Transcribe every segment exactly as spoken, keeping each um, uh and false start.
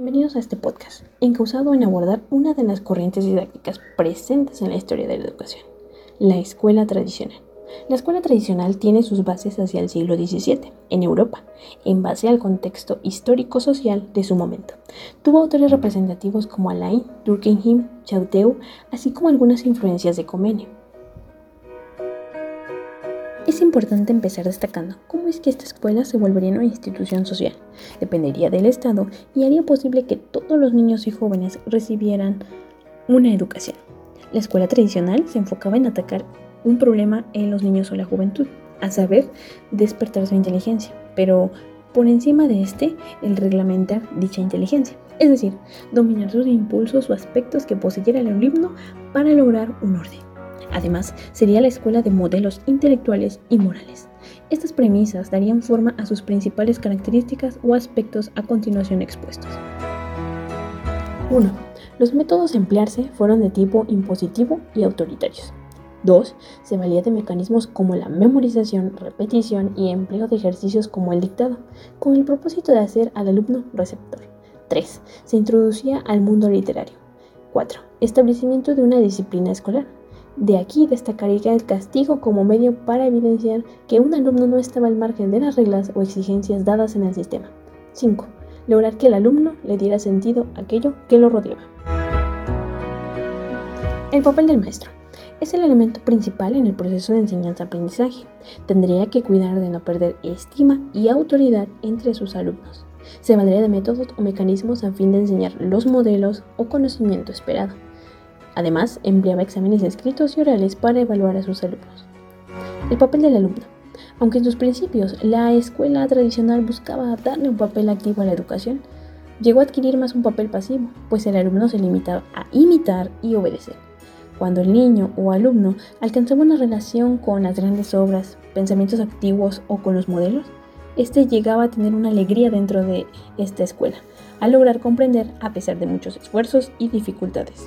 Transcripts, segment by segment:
Bienvenidos a este podcast, encauzado en abordar una de las corrientes didácticas presentes en la historia de la educación, la escuela tradicional. La escuela tradicional tiene sus bases hacia el siglo diecisiete, en Europa, en base al contexto histórico-social de su momento. Tuvo autores representativos como Alain, Durkheim, Choteau, así como algunas influencias de Comenius. Es importante empezar destacando cómo es que esta escuela se volvería una institución social, dependería del Estado y haría posible que todos los niños y jóvenes recibieran una educación. La escuela tradicional se enfocaba en atacar un problema en los niños o la juventud, a saber, despertar su inteligencia, pero por encima de este, el reglamentar dicha inteligencia, es decir, dominar sus impulsos o aspectos que poseyera el alumno para lograr un orden. Además, sería la escuela de modelos intelectuales y morales. Estas premisas darían forma a sus principales características o aspectos a continuación expuestos. uno. Los métodos a emplearse fueron de tipo impositivo y autoritarios. dos. Se valía de mecanismos como la memorización, repetición y empleo de ejercicios como el dictado, con el propósito de hacer al alumno receptor. tres. Se introducía al mundo literario. cuatro. Establecimiento de una disciplina escolar. De aquí destacaría el castigo como medio para evidenciar que un alumno no estaba al margen de las reglas o exigencias dadas en el sistema. cinco. Lograr que el alumno le diera sentido a aquello que lo rodeaba. El papel del maestro es el elemento principal en el proceso de enseñanza-aprendizaje. Tendría que cuidar de no perder estima y autoridad entre sus alumnos. Se valdría de métodos o mecanismos a fin de enseñar los modelos o conocimiento esperado. Además, empleaba exámenes escritos y orales para evaluar a sus alumnos. El papel del alumno. Aunque en sus principios la escuela tradicional buscaba darle un papel activo a la educación, llegó a adquirir más un papel pasivo, pues el alumno se limitaba a imitar y obedecer. Cuando el niño o alumno alcanzaba una relación con las grandes obras, pensamientos activos o con los modelos, éste llegaba a tener una alegría dentro de esta escuela, a lograr comprender a pesar de muchos esfuerzos y dificultades.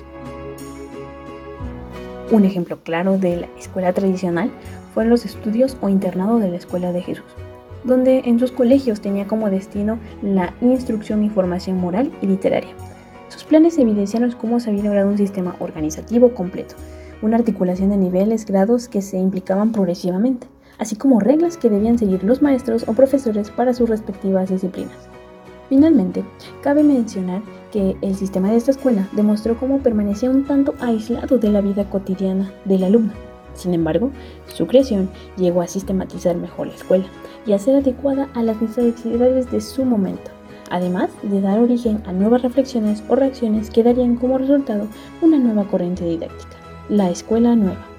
Un ejemplo claro de la escuela tradicional fueron los estudios o internado de la Escuela de Jesús, donde en sus colegios tenía como destino la instrucción y formación moral y literaria. Sus planes evidenciaron cómo se había logrado un sistema organizativo completo, una articulación de niveles, grados que se implicaban progresivamente, así como reglas que debían seguir los maestros o profesores para sus respectivas disciplinas. Finalmente, cabe mencionar que el sistema de esta escuela demostró cómo permanecía un tanto aislado de la vida cotidiana del alumno. Sin embargo, su creación llegó a sistematizar mejor la escuela y a ser adecuada a las necesidades de su momento, además de dar origen a nuevas reflexiones o reacciones que darían como resultado una nueva corriente didáctica, la escuela nueva.